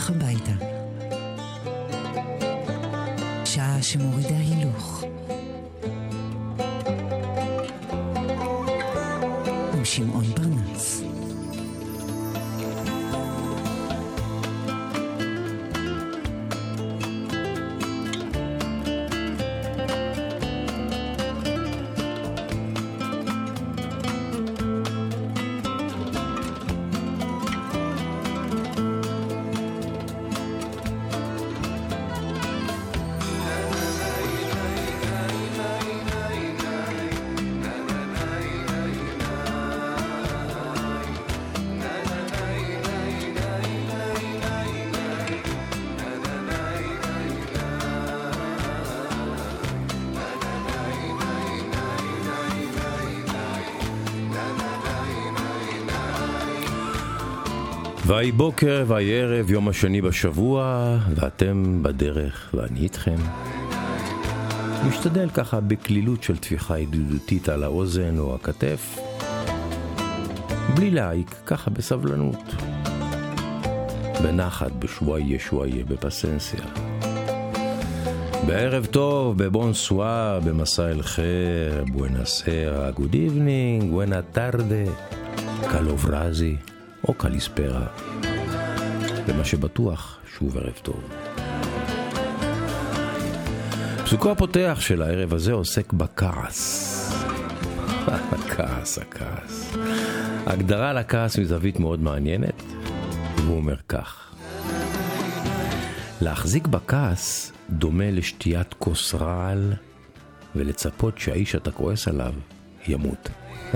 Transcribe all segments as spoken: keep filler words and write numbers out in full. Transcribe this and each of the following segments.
בדרך הביתה. שעה שמורידה הילוך. עם שמעון פרנס. ויהי בוקר ויהי ערב, יום השני בשבוע, ואתם בדרך ואני איתכם. משתדל ככה בכלילות של תפיחה ידידותית על האוזן או הכתף, בלי להעיק, ככה בסבלנות, בנחת, בשוויה שוויה, בפסנסיה. בערב טוב, בבונסואר, במסע אל חיר, בואנסרה, גוד איבנינג, בואנה טרדה, קלוברזי או קליספרה. ומה שבטוח, שוב ערב טוב. פסוקו הפותח של הערב הזה עוסק בכעס. הכעס, הכעס. הגדרה לכעס מזווית מאוד מעניינת, והוא אומר כך: להחזיק בכעס דומה לשתיית כוס רעל ולצפות שהאיש שאתה כועס עליו ימות.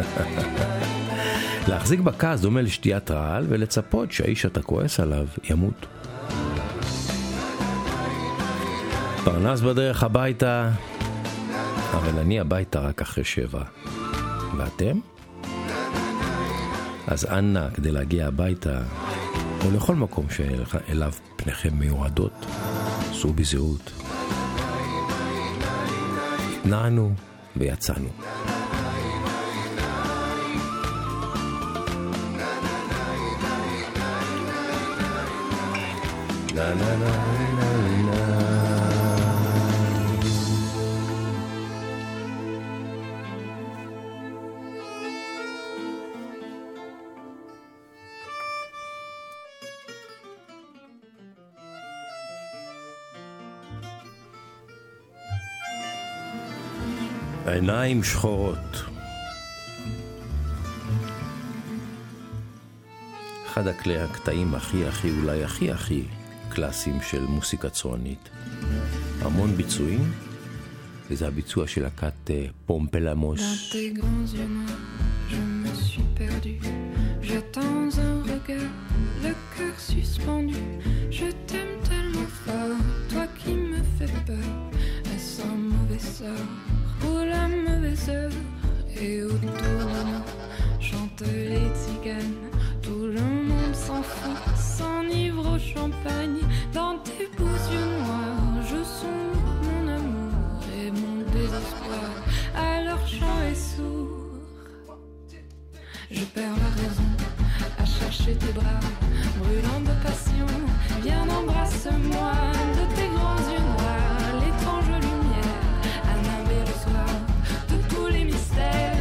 להחזיק בכעס דומה לשתיית רעל ולצפות שהאיש שאתה כועס עליו ימות. פרנס בדרך הביתה, אבל אני הביתה רק אחרי שבע. ואתם? אז אנא, כדי להגיע הביתה, או לכל מקום שאליו פניכם מיועדות, סעו בזהות. התנענו ויצאנו. לה לה לה לה לה. עיניים שחורות. אחד הכלי הקטעים הכי הכי אולי הכי הכי קלאסיים של מוסיקה צוענית. המון ביצועים, וזה הביצוע של להקת פומפלמוס. Dans tes grands yeux noirs, je me suis perdu. J'attends un regard, le cœur suspendu. Je t'aime tellement fort, toi qui me fais peur. Est-ce un mauvais sort ou la mauvaise heure? Et autour de nous chantent les tziganes. Tout le monde s'en fout, s'enivre au champagne. Dans tes beaux yeux noirs, je sonde mon amour et mon désespoir. Alors chant est sourd. Je perds la raison à chercher tes bras, brûlant de passion. Viens embrasse-moi de tes grands yeux noirs, l'étrange lumière à nimber le soir de tous les mystères.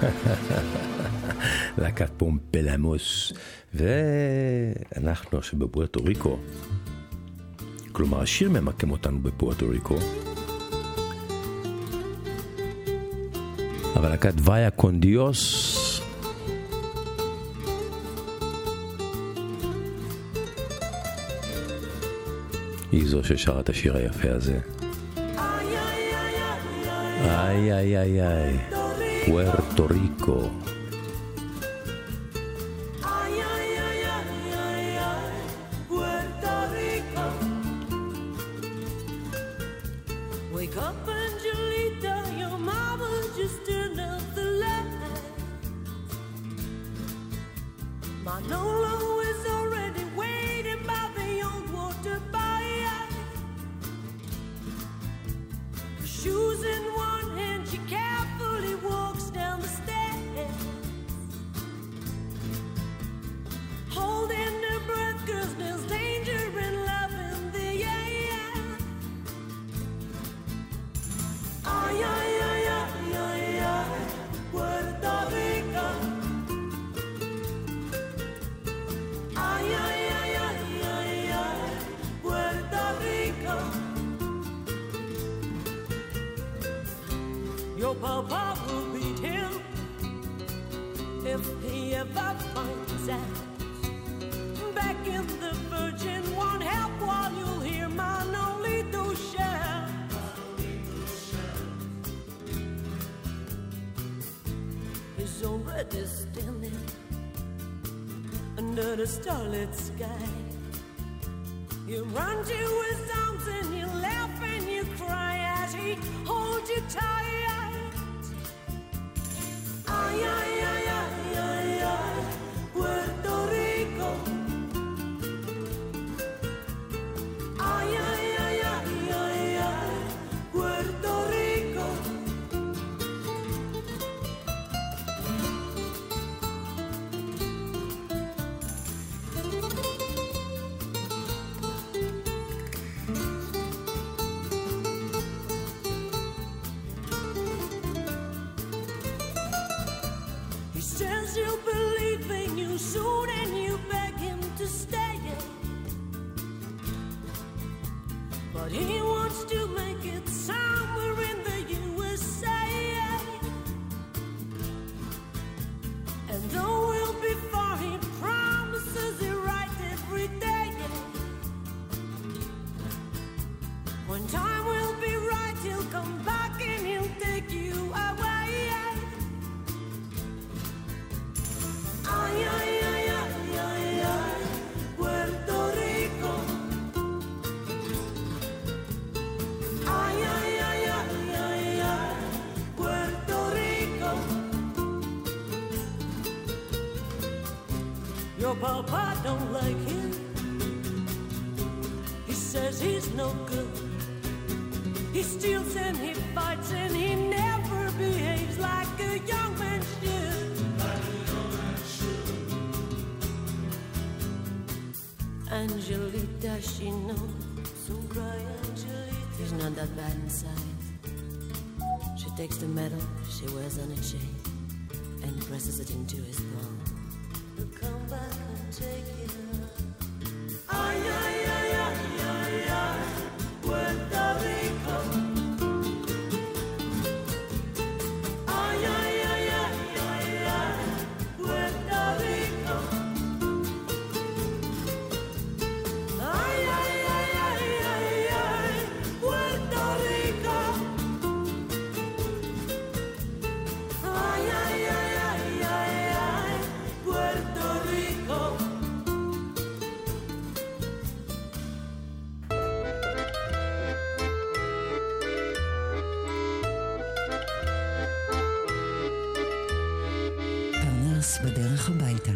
להקת פומפלמוס, ואנחנו עכשיו בפוארטו ריקו. כלומר, השיר ממקם אותנו בפוארטו ריקו. אבל להקת ויה קונדיוס היא זו ששרה את השיר היפה הזה. איי איי איי איי, פוארטו ריקו. Your papa will beat him if he ever finds out. Back in the Virgin won't help while you'll hear Manolito shout. He's already standing under the starlit sky. You run to his arms and you laugh and you cry as he holds you tight. Ay, ay, ay, ay, ay, ay, Puerto Rico. Ay, ay, ay, ay, ay, ay, Puerto Rico. Says he'll believe in you soon and you beg him to stay. But he wants to make it somewhere in the U S A. And though we'll be far, he promises it right every day. When time will be right, he'll come back and he'll take you away. Ay, ay, ay, ay, ay, ay, Puerto Rico. Ay, ay, ay, ay, ay, ay, Puerto Rico. Your papa don't like him. He says he's no good. He steals and he fights and he never behaves like a young man should. Angelita, she knows. Don't cry, Angelita. He's not that bad inside. She takes the medal she wears on a chain and presses it into his palm. He'll come back and take it up. Ay, ay, ay, ay, ay, ay, Puerto Rico. Ay, ay, ay, ay, ay, ay, Puerto Rico. Ay, ay, ay, ay, ay, ay, Puerto Rico. Ay, ay, ay, ay, ay, ay, Puerto Rico. פרנס בדרך הביתה.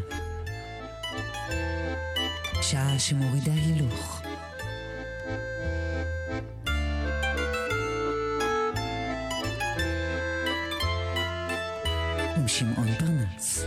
שעה שמורידה הילוך. עם שמעון פרנס.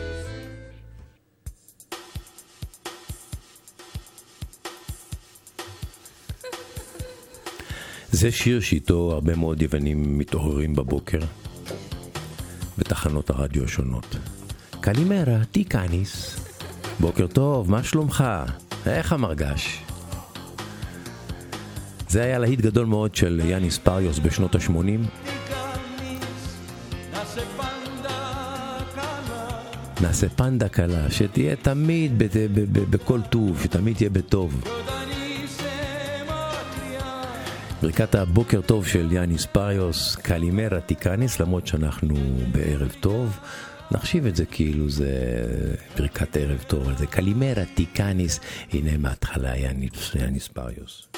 זה שיר שאיתו הרבה מאוד יוונים מתעוררים בבוקר. בתחנות הרדיו השונות. קלימרה, טיקניס. בוקר טוב, מה שלומך? איך המרגש? זה היה להיט גדול מאוד של יאניס פריוס בשנות ה-שמונים. נעשה פנדה קלה, שתהיה תמיד בכל טוב, שתמיד תהיה בטוב. ברכת הבוקר טוב של יאניס פריוס, קלימרה טיקניס, למרות שאנחנו בערב טוב, נחשיב את זה כאילו זה ברכת ערב טוב, זה קלימרה טיקניס, הנה מההתחלה יאניס, יאניס פריוס.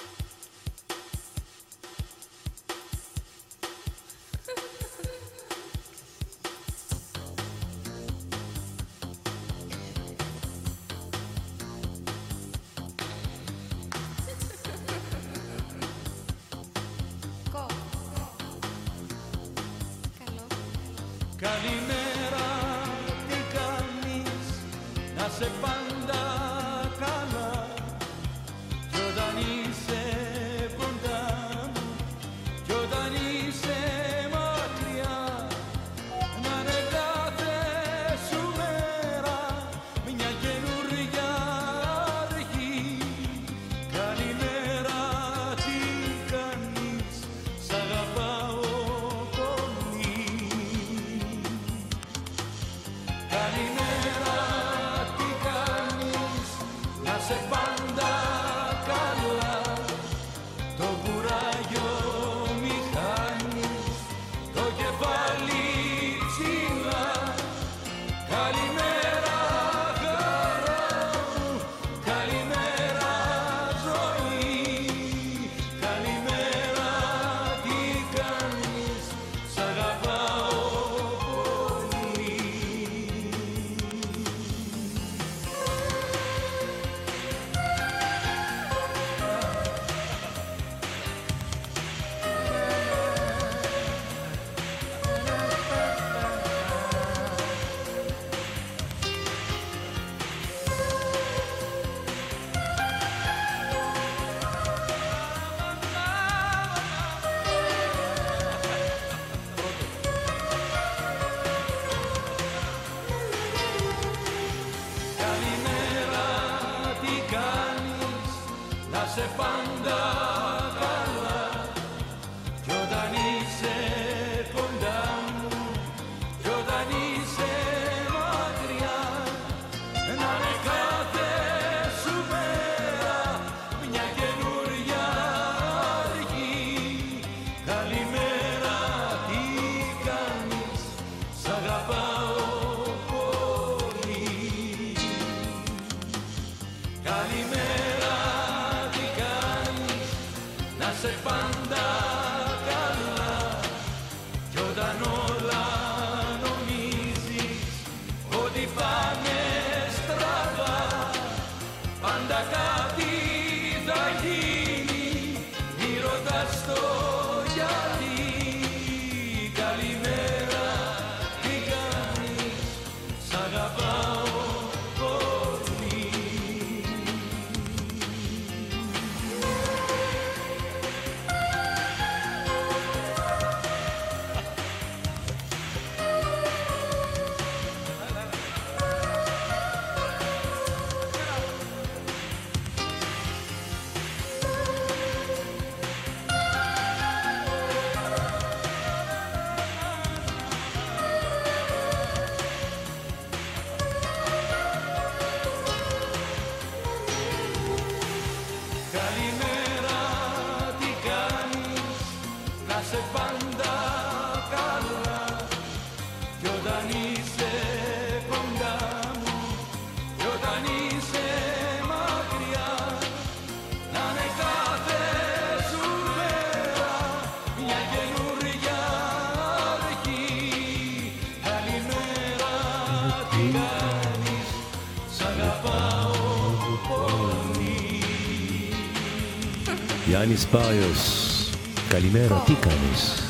יאניס פריוס, קלימרה טיקניס.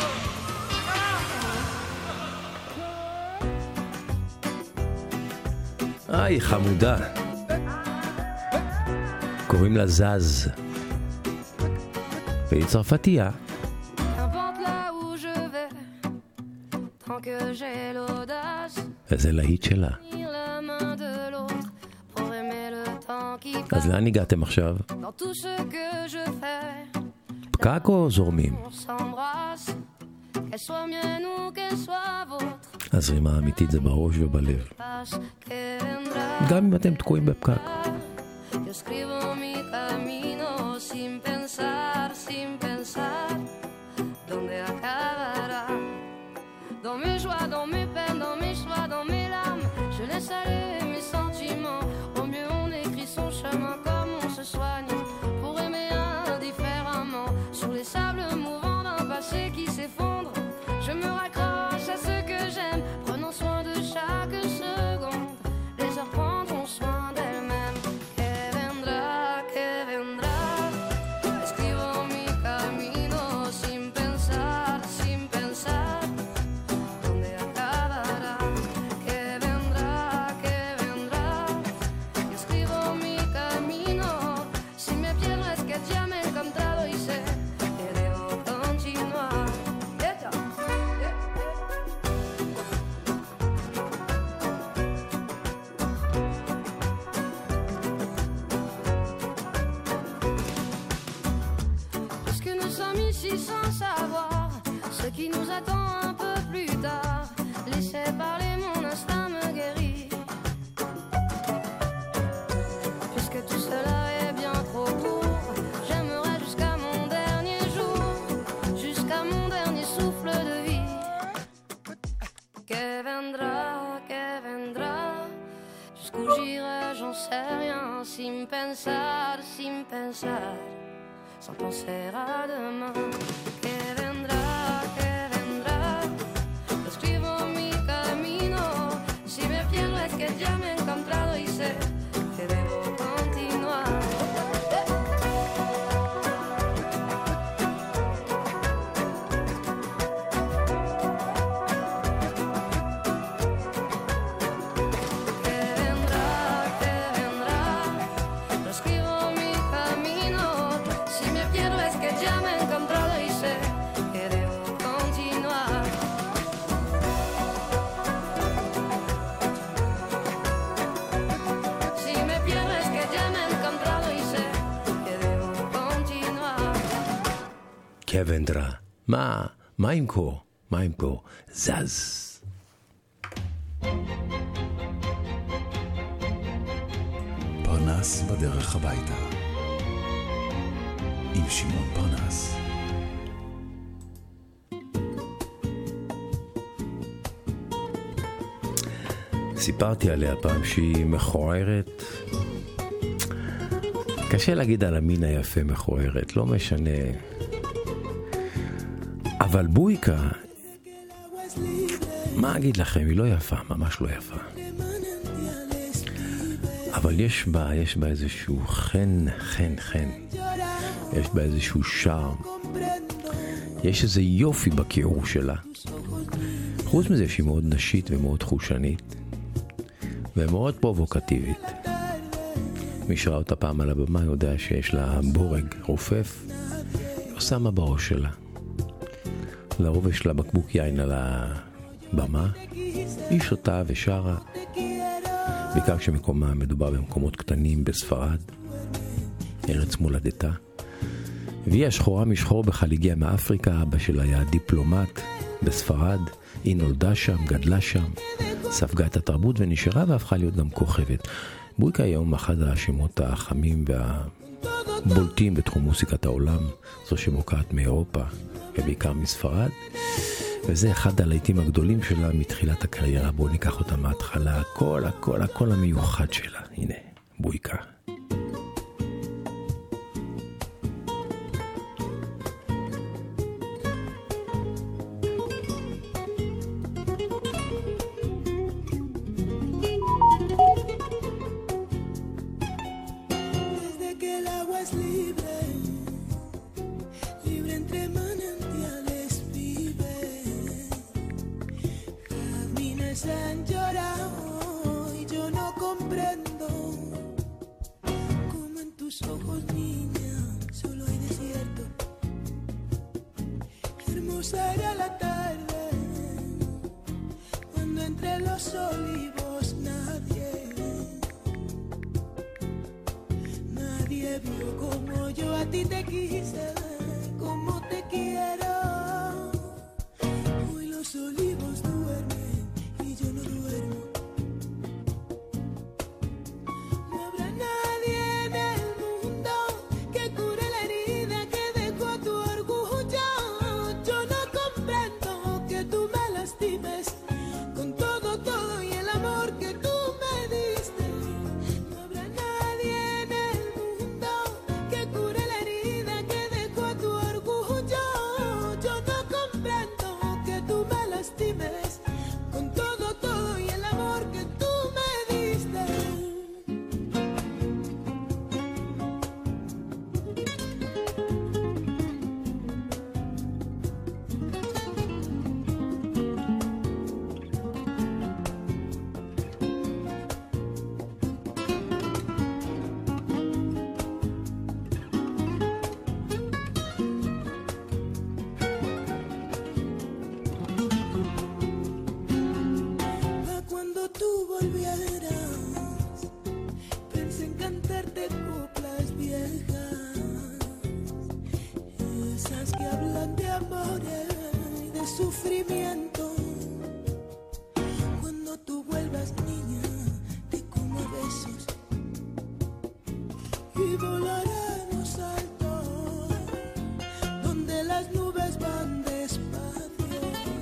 היי חמודה, קוראים לה זז, והיא צרפתייה. N'importe là où je vais, tant que j'ai וזה להיט שלה. אז לאן הגעתם עכשיו? פקק או זורמים? הזרימה האמיתית זה בראש ובלב. גם אם אתם תקועים בפקק. Dans mes joies, dans mes peines, dans mes choix, dans mes larmes, je laisse aller mes sentiments. Au mieux on écrit son chemin comme on se soigne, pour aimer indifféremment. Sur les sables mouvants d'un passé qui s'effondre, je me raccroche à ce que j'aime, prenant soin de chaque seconde. Les heures prendront soin d'elles-mêmes. Que vendrá, que vendrá, escribo mi camino sin pensar, sin pensar. Sans savoir ce qui nous attend un peu plus tard, laissez parler, mon instinct me guérit. Puisque tout cela est bien trop court, j'aimerais jusqu'à mon dernier jour, jusqu'à mon dernier souffle de vie. Que vendra, que vendra, jusqu'où j'irai, j'en sais rien, sin pensar, sin pensar. Sans penser à demain. Que vendrá, que vendrá, escribo mi camino. Si me pierdo es que ya me he encontrado y sé que debo continuar. Que vendrá, que vendrá, escribo mi camino. Si me pierdo es que ya me he encontrado y sé que debo continuar. Si me pierdo es que ya me he encontrado y sé que debo continuar. Que vendrá. מה, מה ימכור? מה ימכור? זז. פרנס בדרך הביתה. עם שמעון פרנס. סיפרתי עליה פעם שהיא מכוערת. קשה להגיד על המין היפה מכוערת, לא משנה. אבל בויקה, מה אגיד לכם, היא לא יפה, ממש לא יפה. אבל יש בה, יש בה איזשהו חן, חן, חן. יש בה איזשהו שער. יש איזה יופי בכיעור שלה. חוץ מזה שהיא מאוד נשית ומאוד חושנית. ומאוד פרובוקטיבית. מי שראה אותה פעם על הבמה יודע שיש לה בורג רופף. היא עושה מה בראש שלה. לרוב יש לה בקבוק יין על הבמה. היא שותה ושרה. בעיקר כשמקומה מדובר במקומות קטנים בספרד. ארץ מולדתה. והיא השחורה משחור בכלל הגיעה מאפריקה. אבא שלה היה דיפלומט בספרד. היא נולדה שם, גדלה שם. ספגה את התרבות ונשארה והפכה להיות גם כוכבת. בויקה היום אחד השמות החמים והבולטים בתחום מוסיקת העולם. זו שמוקעת מאירופה ובעיקר מספרד. וזה אחד הלהיטים הגדולים שלה מתחילת הקריירה. בואו ניקח אותה מההתחלה. הכל, הכל, הכל המיוחד שלה. הנה, בויקה. ti te quise como te quiero. Hoy los olivos duermen y yo no duermo. No habrá nadie en el mundo que cure la herida que dejó tu orgullo. Yo no comprendo que tú me lastimes con todo, todo y el amor que tú me diste. No habrá nadie en el mundo que cure la herida que dejó tu orgullo. Yo no comprendo que tú me lastimes con todo, todo y el amor que tú me diste. Pa' cuando tú volvieras, pensé en cantarte coplas viejas, esas que hablan de amores y de sufrimiento. Cuando tú vuelvas, niña, te como a besos y volaremos alto, donde las nubes van despacio.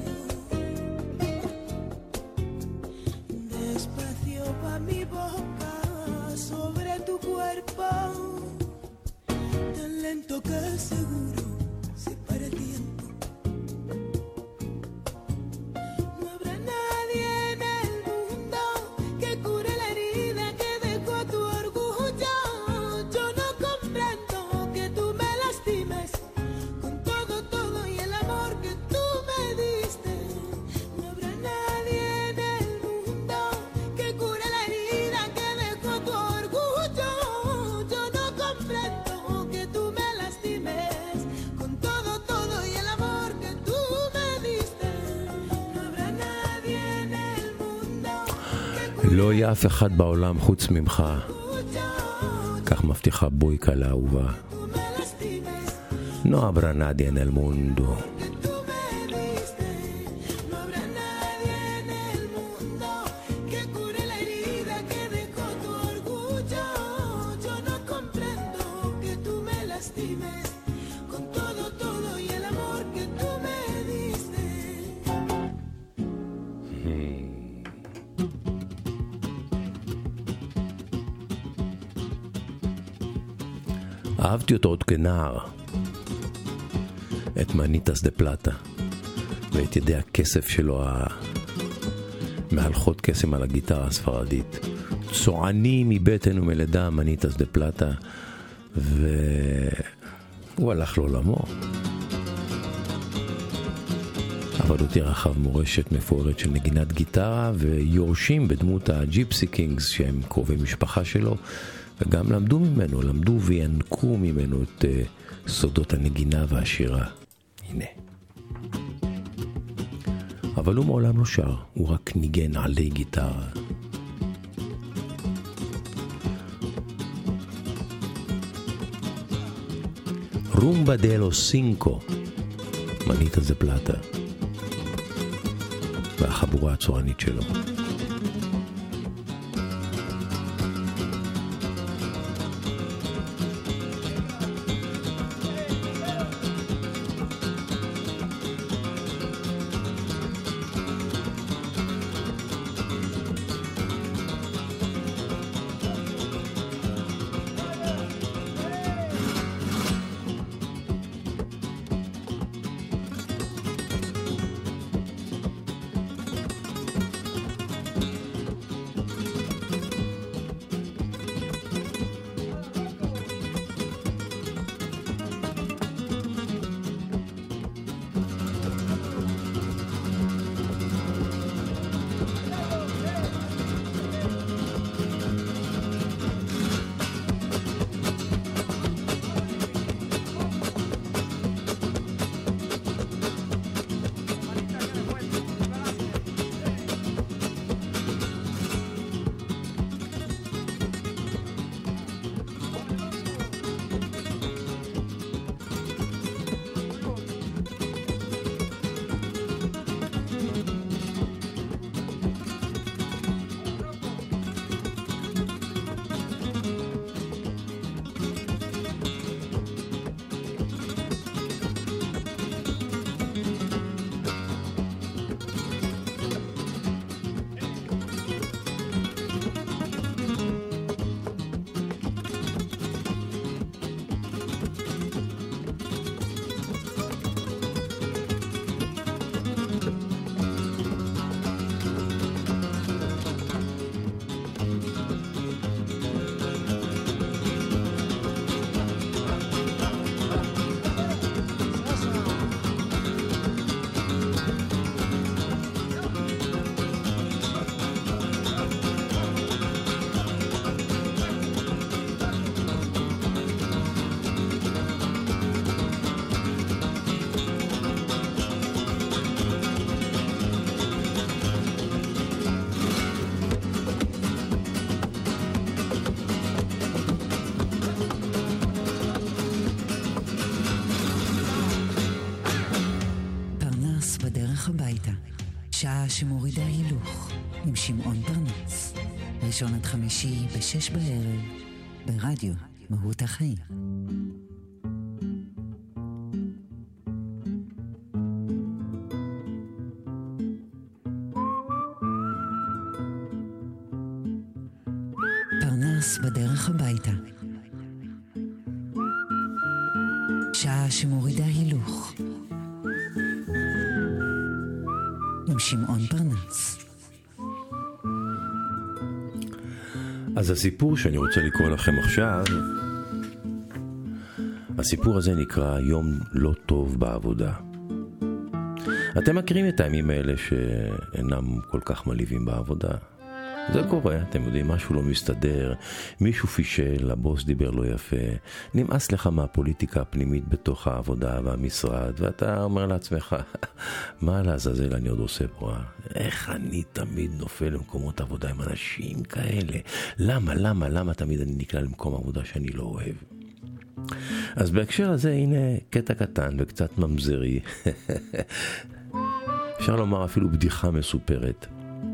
Despacio va mi boca sobre tu cuerpo, tan lento que seguro se para el tiempo. No habrá nadie en el mundo que cure la herida que dejó tu orgullo. Yo no comprendo que tú me lastimes con todo, todo y el amor que tú me diste. No habrá nadie en el mundo que cure la herida que dejó tu orgullo. Yo no comprendo que tú me lastimes con todo, todo y el amor que tú me diste. No habrá nadie en el mundo que לא יהיה אף אחד בעולם חוץ ממך, כך מבטיחה בויקה לאהובה. tú me lastimes, No habrá nadie en el mundo. que tú me diste. No habrá nadie en el mundo que cure la herida que dejó tu orgullo. Yo no comprendo que tú me lastimes con todo, todo y el amor que tú me diste. אהבתי אותו עוד כנער, את מניטס דה פלטה, ואת ידי הכסף שלו, מהלכות קסם על הגיטרה הספרדית. צועני מבטן ומלידה מניטס דה פלטה, והוא הלך לעולמו. אבל הוא תרחב מורשת מפוארת של נגינת גיטרה, ויורשים בדמות הג'יפסי קינגס שהם קרובי משפחה שלו, וגם למדו ממנו, למדו וינקו ממנו את uh, סודות הנגינה והשירה. הנה. אבל הוא מעולם לא שר, הוא רק ניגן עלי גיטרה. רומבה דה לוס סינקו, מניטס דה פלטה, והחבורה הצורנית שלו. שמורידה הילוך עם שמעון פרנס. ראשון עד חמישי בשש בערב ברדיו מהות החיים. פרנס בדרך הביתה. שעה שמורידה הילוך עם שמעון פרנס. אז הסיפור שאני רוצה לקרוא לכם עכשיו, הסיפור הזה נקרא יום לא טוב בעבודה. אתם מכירים את הימים האלה שאינם כל כך מלהיבים בעבודה? זה קורה, אתם יודעים, משהו לא מסתדר, מישהו פישל, הבוס דיבר לא יפה, נמאס לך מהפוליטיקה הפנימית בתוך העבודה והמשרד, ואתה אומר לעצמך, מה לעזאזל אני עוד עושה פה? איך אני תמיד נופל למקומות עבודה עם אנשים כאלה? למה, למה, למה תמיד אני נקלע למקום עבודה שאני לא אוהב? אז בהקשר הזה, הנה קטע קטן וקצת ממזרי. אפשר לומר אפילו בדיחה מסופרת.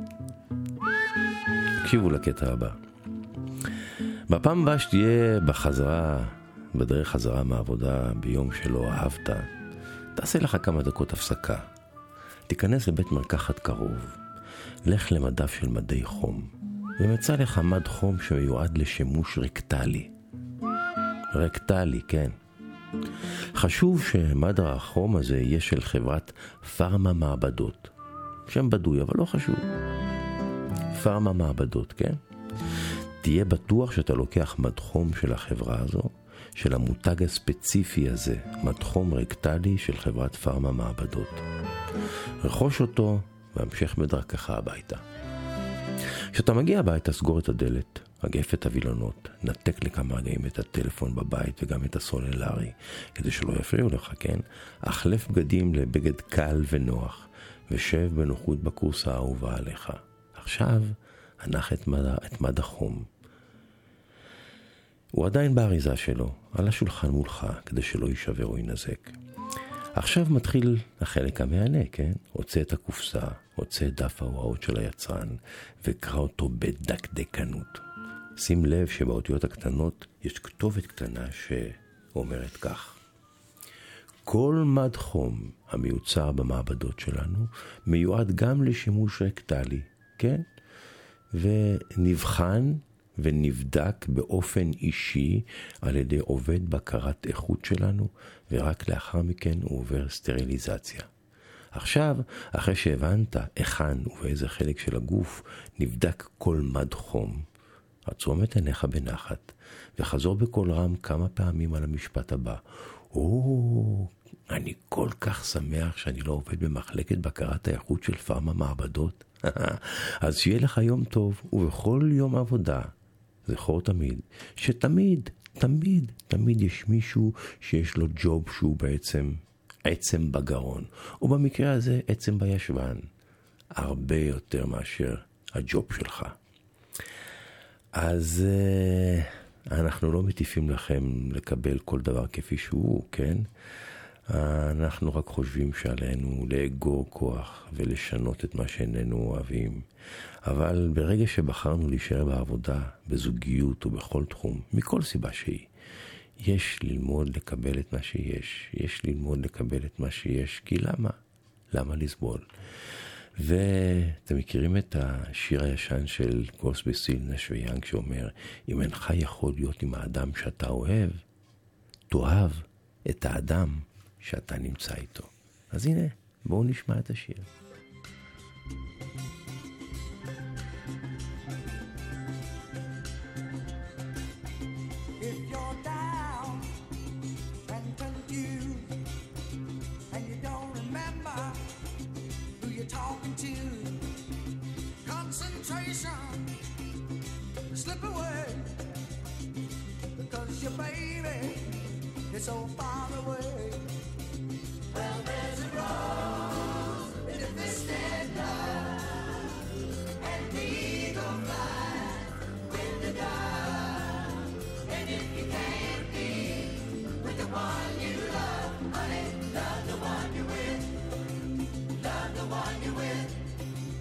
תקשיבו לקטע הבא. בפעם הבאה שתהיה בחזרה, בדרך חזרה מהעבודה ביום שלא אהבת, תעשה לך כמה דקות הפסקה. תיכנס לבית מרקחת קרוב. לך למדף של מדי חום. ומצא לך מד חום שמיועד לשימוש רקטלי. רקטלי, כן. חשוב שמד החום הזה יהיה של חברת פארמה מעבדות. שם בדוי, אבל לא חשוב. פארמה מעבדות, כן? תהיה בטוח שאתה לוקח מדחום של החברה הזו, של המותג הספציפי הזה, מדחום רקטלי של חברת פארמה מעבדות. רכוש אותו והמשך בדרכך הביתה. כשאתה מגיע הביתה, סגור את הדלת, אגף את הווילונות, נתק לכמה רגעים את הטלפון בבית וגם את הסוללרי, כדי שלא יפריעו לך, כן? החלף בגדים לבגד קל ונוח, ושב בנוחות בקורסה האהובה עליך. עכשיו, הנח את מד, את מד החום. הוא עדיין באריזה שלו, על השולחן מולך, כדי שלא יישבר או ינזק. עכשיו מתחיל החלק המענה, כן? הוצא את הקופסה, הוצא את דף ההוראות של היצרן, וקרא אותו בדקדקנות. שים לב שבאותיות הקטנות יש כתובת קטנה שאומרת כך. כל מד חום המיוצר במעבדות שלנו מיועד גם לשימוש רקטלי, כן? ונבחן ונבדק באופן אישי על ידי עובד בקרת איכות שלנו, ורק לאחר מכן הוא עובר סטריליזציה. עכשיו, אחרי שהבנת היכן ובאיזה חלק של הגוף נבדק כל מד חום, עצום את עיניך בנחת, וחזור בכל רם כמה פעמים על המשפט הבא. או, אני כל כך שמח שאני לא עובד במחלקת בקרת האיכות של פארמה מעבדות. אז שיהיה לך יום טוב, ובכל יום עבודה, זכור תמיד, שתמיד, תמיד, תמיד יש מישהו שיש לו ג'וב שהוא בעצם עצם בגרון, ובמקרה הזה עצם בישבן, הרבה יותר מאשר הג'וב שלך. אז uh, אנחנו לא מטיפים לכם לקבל כל דבר כפי שהוא, כן? אנחנו רק חושבים שעלינו לאגור כוח ולשנות את מה שאיננו אוהבים. אבל ברגע שבחרנו להישאר בעבודה, בזוגיות ובכל תחום, מכל סיבה שהיא, יש ללמוד לקבל את מה שיש. יש ללמוד לקבל את מה שיש, כי למה? למה לסבול? ואתם מכירים את השיר הישן של קרוסבי, סטיל, נש ויאנג שאומר, אם אינך יכול להיות עם האדם שאתה אוהב, תאהב את האדם שאתה נמצא איתו. אז הנה, בואו נשמע את השיר. Slip away, because your baby is so far away. Well, there's a rose in a twisted love, and the eagle flies with the dove. And if you can't be with the one you love, honey, love the one you're with. Love the one you're with.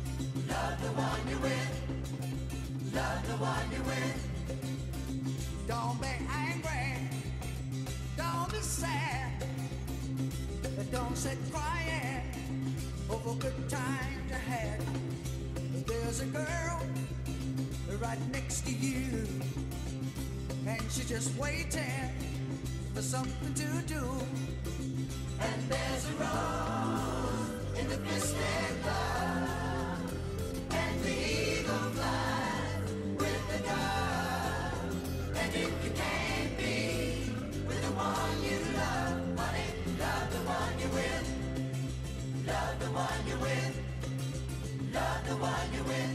one you're with. Don't be angry, don't be sad, but don't sit crying over good times you had. There's a girl right next to you, and she's just waiting for something to do. And there's a rose in the twisted love, and the eagle flies with the dove. And if you can't be with the one you love, honey, love the one you're with. Love the one you're with. Love the one you're with.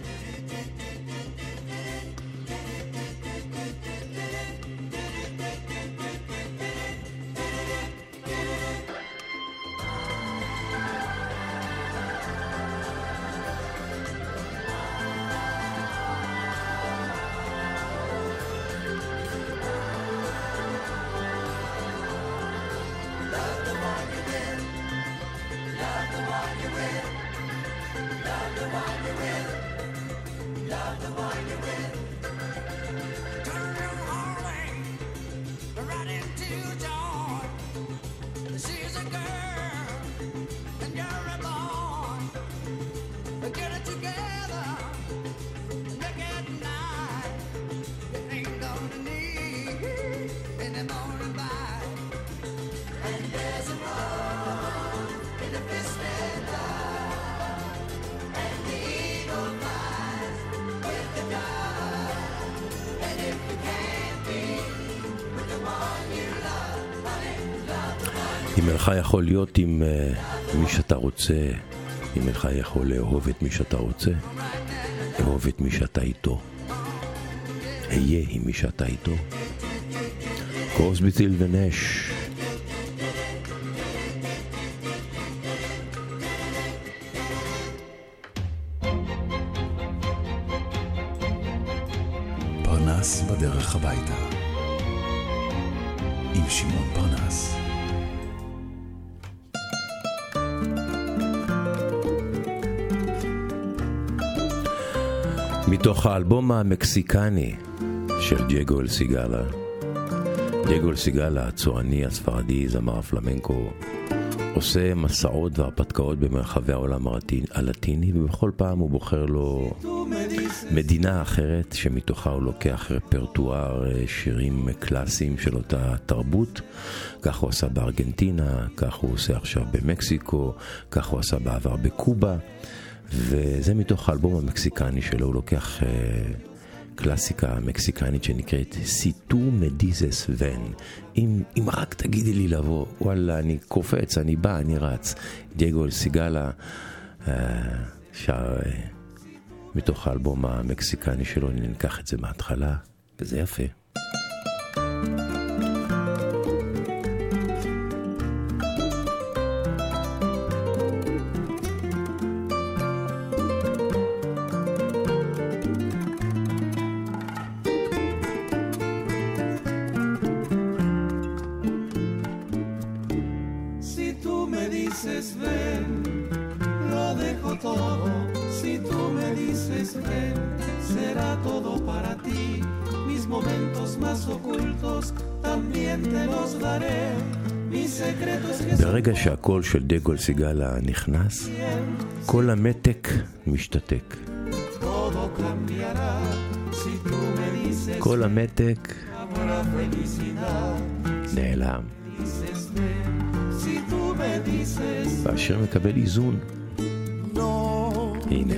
אם אינך יכול להיות עם uh, מי שאתה רוצה, אם אינך יכול לאהוב את מי שאתה רוצה, אהוב את מי שאתה איתו. היה עם מי שאתה איתו. קורסבי טיל ונש. פרנס בדרך הביתה. עם שמעון פרנס. מתוך האלבום המקסיקני של דייגו אל סיגלה. דייגו אל סיגלה, הצועני הספרדי, זמר הפלמנקו, עושה מסעות והרפתקאות במרחבי העולם הלטיני, ובכל פעם הוא בוחר לו מדינה אחרת שמתוכה הוא לוקח רפרטואר שירים קלאסיים של אותה תרבות. כך הוא עשה בארגנטינה, כך הוא עושה עכשיו במקסיקו, כך הוא עשה בעבר בקובה, וזה מתוך האלבום המקסיקני שלו. הוא לוקח uh, קלאסיקה מקסיקנית שנקראת סיטו מדיזס ון. אם, אם רק תגידי לי לבוא, וואלה, אני קופץ, אני בא, אני רץ. דייגו אל סיגלה uh, שר uh, מתוך האלבום המקסיקני שלו. אני ניקח את זה מההתחלה, וזה יפה. ברגע שהקול של דייגו אל סיגלה נכנס, כל המתק משתתק. כל המתק נעלם. והשיר מקבל איזון. הנה.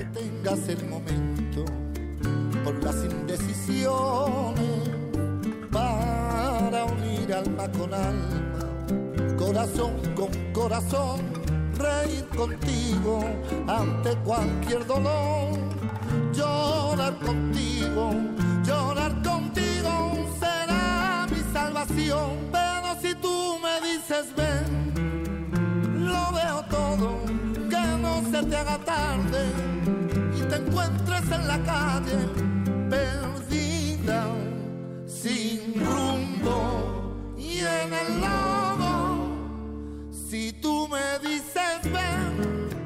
Corazón con corazón, reír contigo ante cualquier dolor, llorar contigo, llorar contigo será mi salvación. Pero si tú me dices ven, lo veo todo, que no se te haga tarde y te encuentres en la calle perdida, sin rumbo y en el lodo. Si tú me dices ven,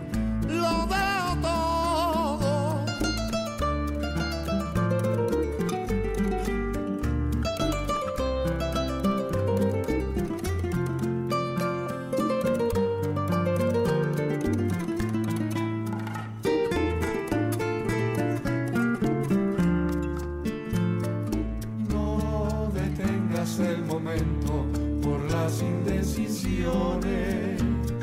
lo veo todo. las indecisiones.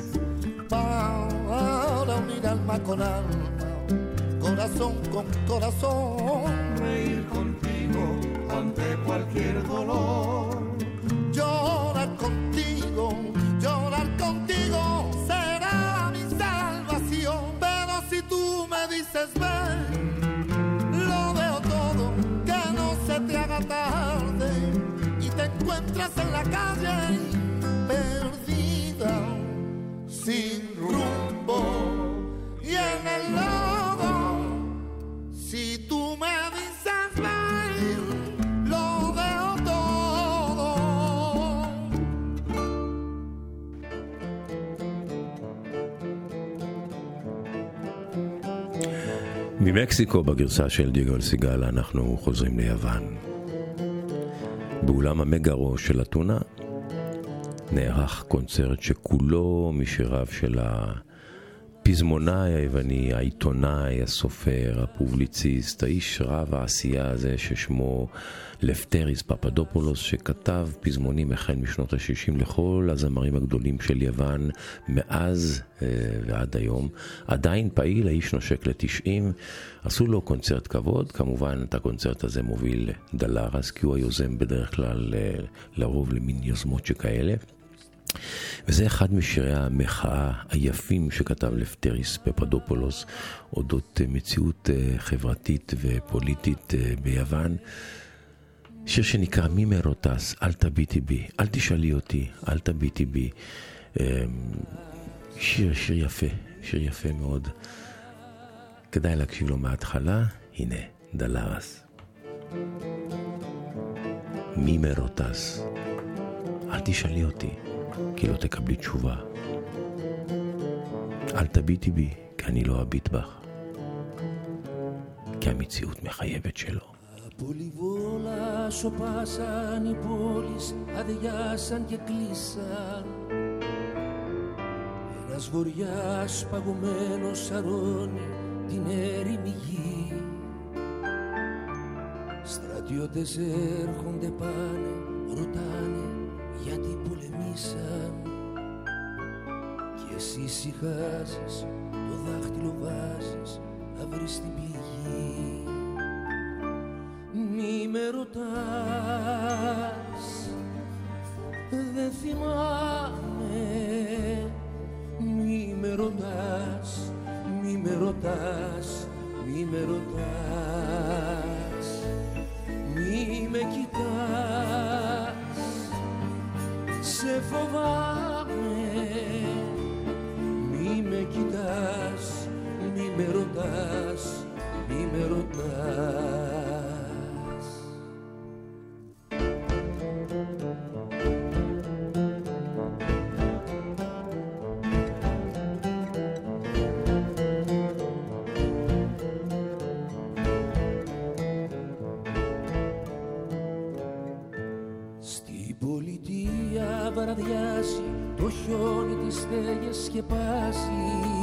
Para unir alma con alma, corazón con corazón, reír contigo ante cualquier dolor, llorar contigo, llorar contigo será mi salvación. Pero si tú me dices ven, lo veo todo, que no se te haga tarde y te encuentras en la calle perdida, sin rumbo y en el lodo. Si tú me dices ven, lo veo todo. ממקסיקו בגרסה של דיגו סיגל אנחנו חוזרים ליוון. באולם המגרו של אתונה נערך קונצרט שכולו משיריו של הפזמונאי היווני, העיתונאי, הסופר, הפובליציסט, האיש רב העשייה הזה ששמו לפטריס פפדופולוס, שכתב פזמונים החל משנות ה-שישים לכל הזמרים הגדולים של יוון מאז אה, ועד היום. עדיין פעיל, האיש נושק ל-תשעים. עשו לו קונצרט כבוד, כמובן את הקונצרט הזה מוביל דלרס, כי הוא היוזם בדרך כלל אה, לרוב למין יוזמות שכאלה. וזה אחד משירי המחאה היפים שכתב לפטריס פפדופולוס אודות מציאות חברתית ופוליטית ביוון. שיר שנקרא מי מרוטס, אל תביטי בי, אל תשאלי אותי, אל תביטי בי. שיר, שיר יפה, שיר יפה מאוד. כדאי להקשיב לו מההתחלה. הנה, דלרס. מי מרוטס, אל תשאלי אותי, כי לא תקבלי תשובה. אל תביטי בי, כי אני לא אביט בך. כי המציאות מחייבת שלו. Πολυβόλα σοπάσαν οι πόλεις, αδειάσαν και κλείσαν. Ένας βοριάς παγωμένος σαρώνει την έρημη γη. Στρατιώτες έρχονται πάνε, ρωτάνε γιατί πολεμήσαν. Κι εσύ ησυχάζεις, το δάχτυλο βάζεις να βρεις την πληγή. Μη με ρωτάς, δεν θυμάμαι. Μη με ρωτάς, μη με ρωτάς, μη με ρωτάς. Μη με κοιτάς, σε φοβάμαι. Μη με κοιτάς, μη με ρωτάς, μη με ρωτάς. Βραδιάσει, το χιόνι τις στέγες σκεπάσει.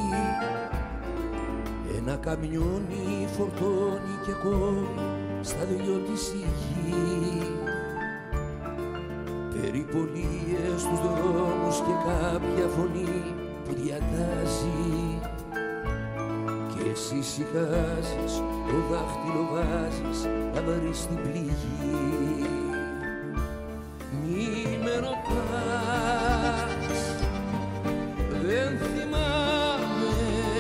Ένα καμιόνι φορτώνει και κόβει στα δυο της η γη. Περιπολίες στους δρόμους και κάποια φωνή που διατάζει. Κι εσύ ησυχάζεις, το δάχτυλο βάζεις να βρεις την πληγή. Μη με ρωτάς, δεν θυμάμαι.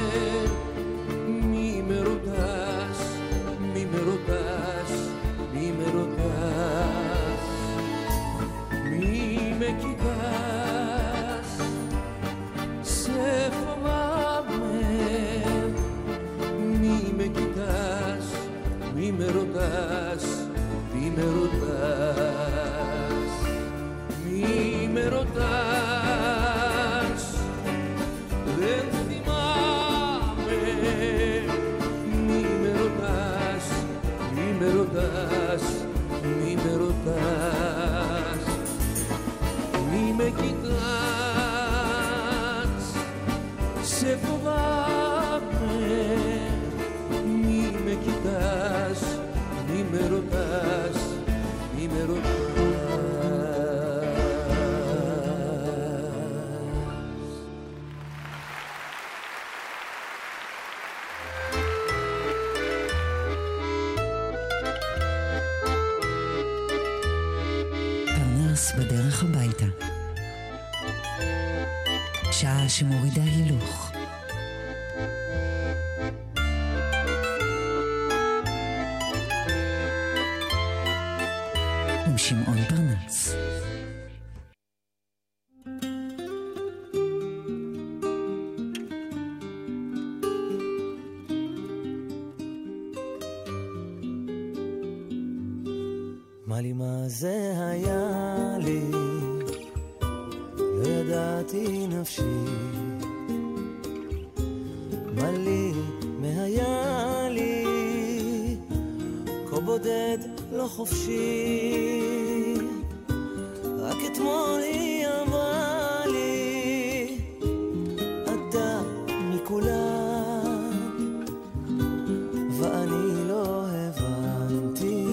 Μη με ρωτάς, μη με ρωτάς, μη με ρωτάς. Μη με κοιτάς, σε φοβάμαι. Μη με κοιτάς, μη με ρωτάς, μη με ρωτάς. Μη με ρωτάς, δεν θυμάμαι. Μη με ρωτάς, μη με ρωτάς, μη με ρωτάς. Μη με κοιτάς, σε φοβάμαι. Μη με κοιτάς, μη με ρωτάς, μη με ρωτάς. פרנס בדרך הביתה. שעה שמורידה הילוך. עם שמעון פרנס. מה לי מה זה היה לי, לא ידעתי נפשי, מה לי מה לי, כה בודד לא חופשי, רק אתמול היא אמרה לי, אתה מכולם, ואני לא הבנתי,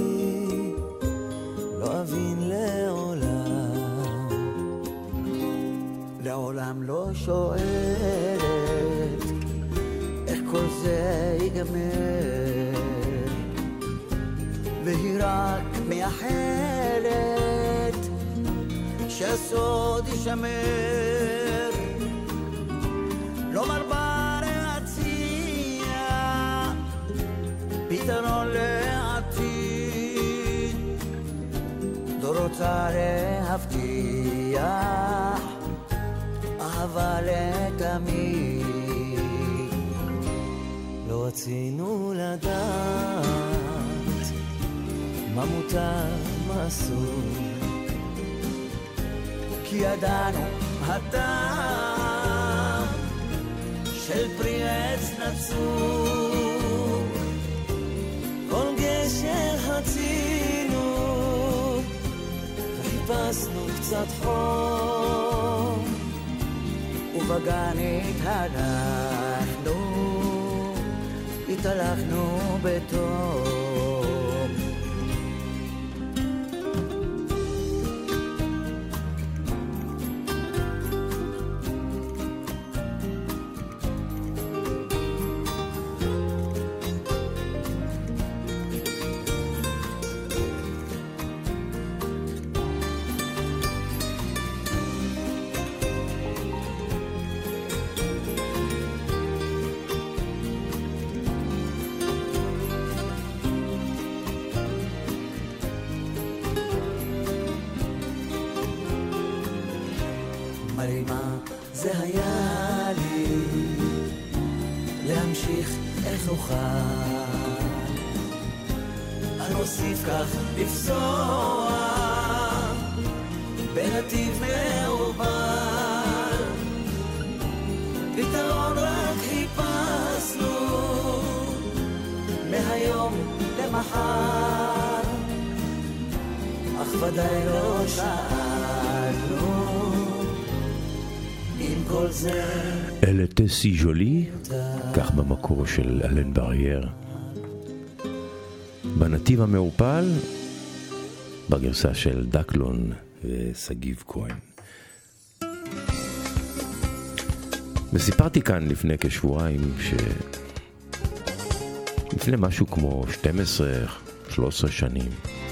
לא אבין לעולם, לעולם לא שואלת איך כל זה ייגמר, והיא רק מייחלת שהסוד יישמר, לא מרבה להציע פתרון לעתיד, לא רוצה להבטיח אהבה לתמיד, לא רצינו לדעת מה מותר, מה אסור, כי ידענו הטעם של פרי עץ נצור, כל גשר חצינו וחיפשנו קצת חום, ובגן התהלכנו, התהלכנו בטוב. מה זה היה לי להמשיך איך אוכל, אני אוסיף כך לפסוע בנתיב מעובל, פתרון רק חיפשנו מהיום למחר, אך ודאי לא שאלנו אלה טסי ז'ולי, כך במקור של אלן ברייר, בנתיב המעופל בגרסה של דקלון וסגיב כהן. וסיפרתי כאן לפני כשבועיים שלפני משהו כמו שתים עשרה שלוש עשרה שנים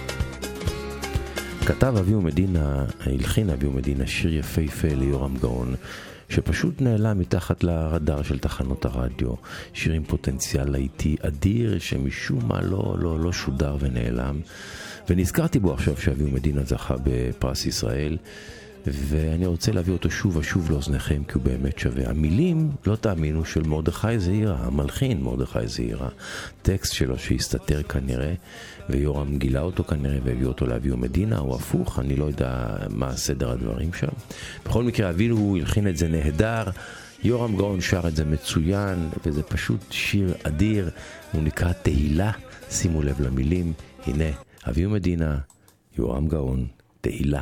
כתב אביהו מדינה, הלחין אביהו מדינה שיר יפהפה ליורם גאון, שפשוט נעלם מתחת לרדאר של תחנות הרדיו, שיר עם פוטנציאל להיטי אדיר שמשום מה לא, לא, לא שודר ונעלם, ונזכרתי בו עכשיו שאביהו מדינה זכה בפרס ישראל, ואני רוצה להביא אותו שוב ושוב לאוזניכם כי הוא באמת שווה. המילים, לא תאמינו, של מרדכי זעירה, המלחין מרדכי זעירה, טקסט שלו שהסתתר כנראה, ויורם גילה אותו כנראה והביא אותו לאביהו מדינה, או הפוך, אני לא יודע מה סדר הדברים שם. בכל מקרה, אביהו הלחין את זה נהדר, יורם גאון שר את זה מצוין, וזה פשוט שיר אדיר, הוא נקרא תהילה, שימו לב למילים, הנה, אביהו מדינה, יורם גאון, תהילה.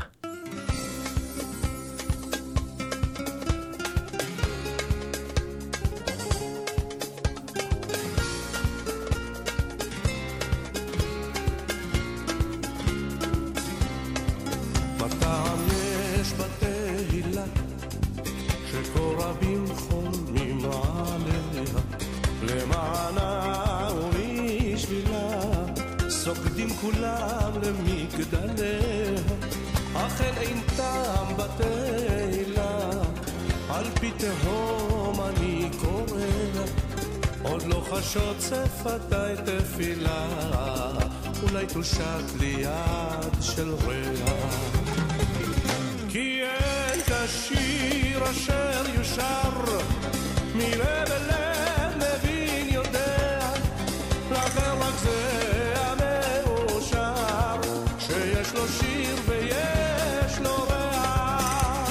אך אין טעם בתהילה, על פי תהום אני קורא, עוד לא חשות שפתי תפילה, אולי תושט לי יד של ריח. כי אין כשיר אשר יושר, מלב אל לב מבין יודע, לכן רק זה המאושר, שיש לו שיר ויש לו ריח.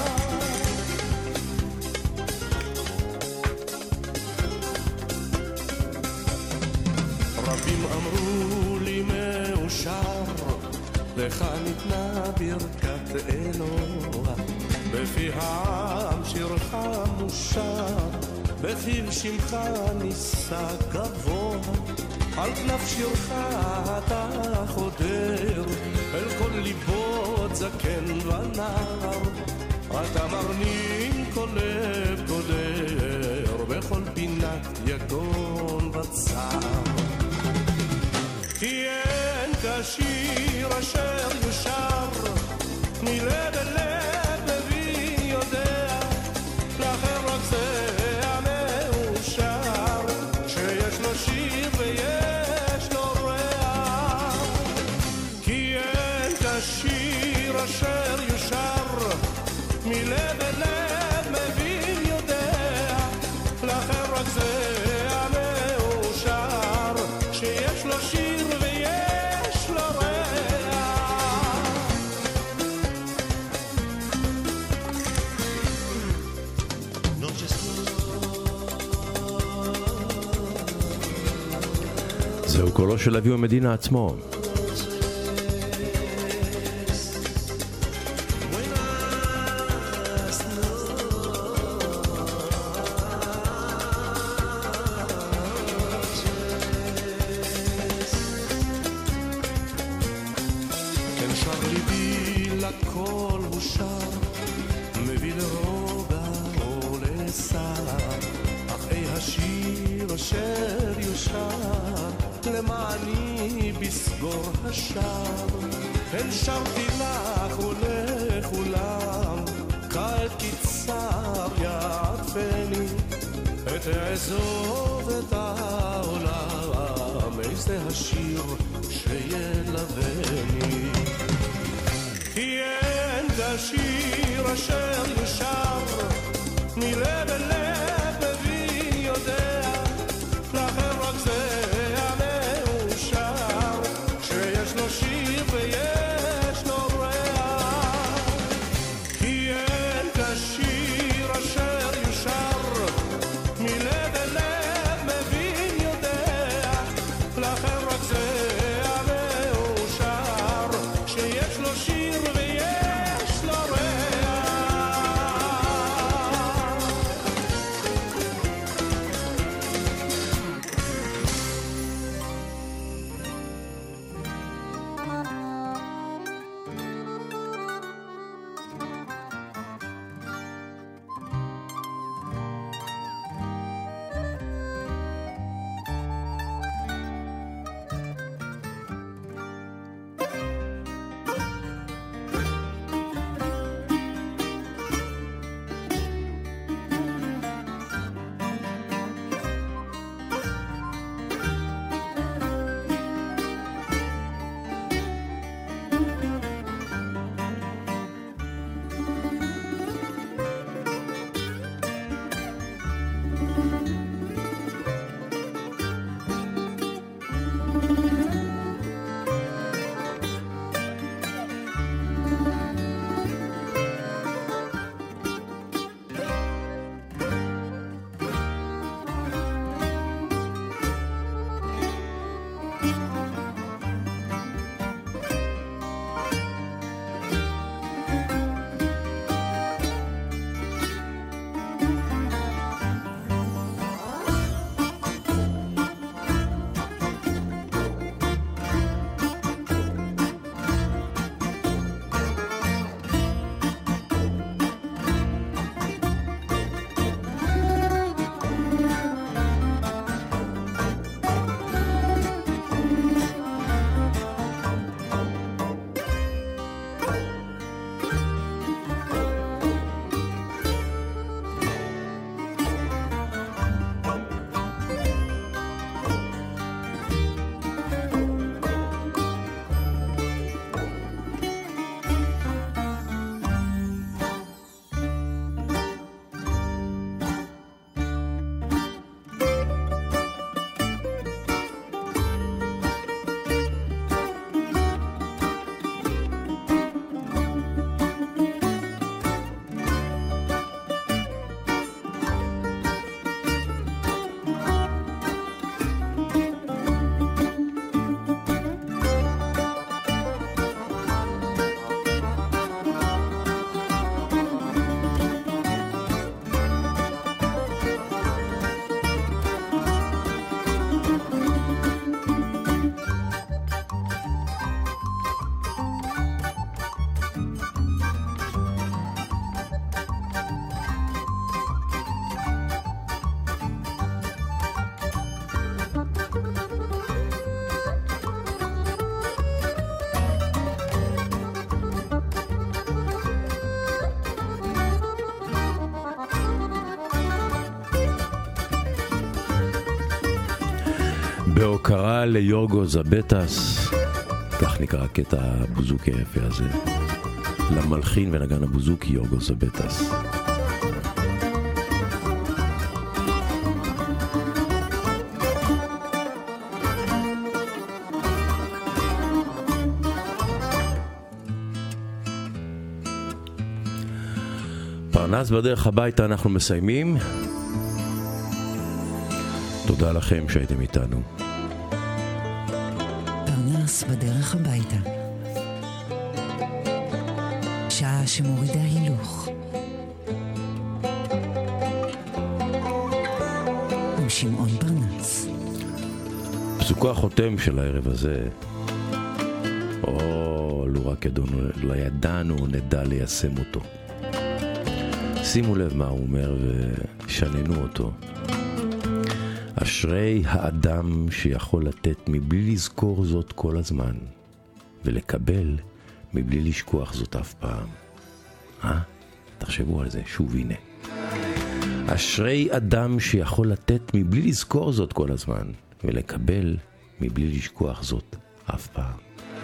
רבים אמרו לי מאושר, לך ניתנה ברכת אלוה, בפי העם שירך מושר, בפיו שמך נישא גבוה, על כנף שירך אתה חודר, אל כל ליבות זקן ונער, אתה מרנין כל לב קודר, בכל פינת יגון וצער. כי אין כשיר אשר יושר, מלב אל לב מבין יודע, לכן רק זה המאושר, שיש לו שיר ויש לו ריח. כי אין כשיר אשר יושר, מלב אל לב מבין יודע, לכן רק זה המאושר, שיש לו שיר ויש לו ריח. זהו קולו של אביו המדינה עצמו. כן שר ליבי לכל הוא שר, מביא לרוגע או לסער, אך אי השיר אשר יושר, למעני בסגור השער. הן שרתי לך ולכולם, כעת קצר יעטפני, את אעזוב את העולם, איזה השיר שילווני. כי אין כשיר אשר יושר, מלב אל לב מבין יודע, לכן רק זה המאושר, שיש לו שיר ויש לו ריח. כי אין כשיר אשר יושר, מלב אל לב מבין יודע, לכן רק זה המאושר, שיש לו שיר ויש לו ריח. בהוקרה ליורגו זבטס, כך נקרא קטע הבוזוקי היפה הזה, למלחין ונגן הבוזוקי יורגו זבטס. פרנס בדרך הביתה אנחנו מסיימים. תודה לכם שהייתם איתנו. פרנס בדרך הביתה, שעה שמורידה הילוך, עם שמעון פרנס. פסוקו החותם של הערב הזה, או לו רק ידענו, לא ידענו, נדע ליישם אותו. שימו לב מה הוא אומר ושננו אותו. אשרי האדם שיכול לתת מבלי לזכור זאת כל הזמן, ולקבל מבלי לשכוח זאת אף פעם. אה? תחשבו על זה, שוב הנה. אשרי אדם שיכול לתת מבלי לזכור זאת כל הזמן, ולקבל מבלי לשכוח זאת אף פעם.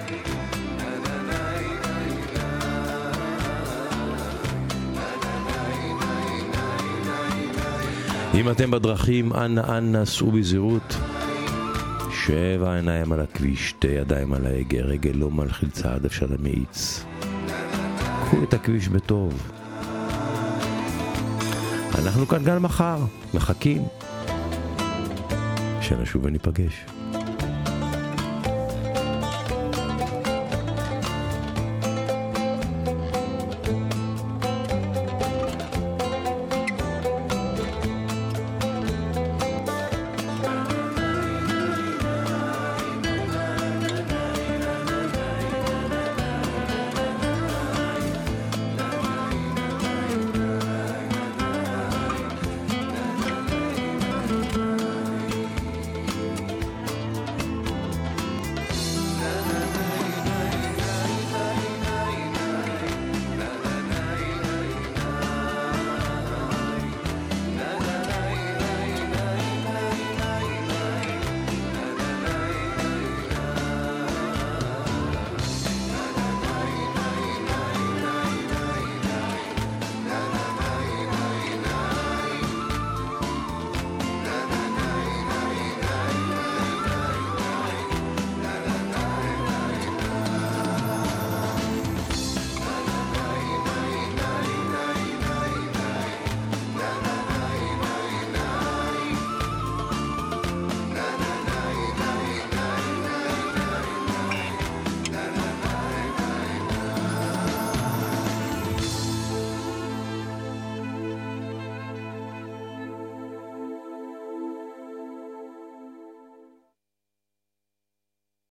אם אתם בדרכים, אנא אנא סעו בזהירות. שבע עיניים על הכביש, שתי ידיים על ההגה, רגל לא מלחיל צעד אפשר למאיץ. קחו את הכביש בטוב. אנחנו כאן גם מחר, מחכים שנשוב וניפגש.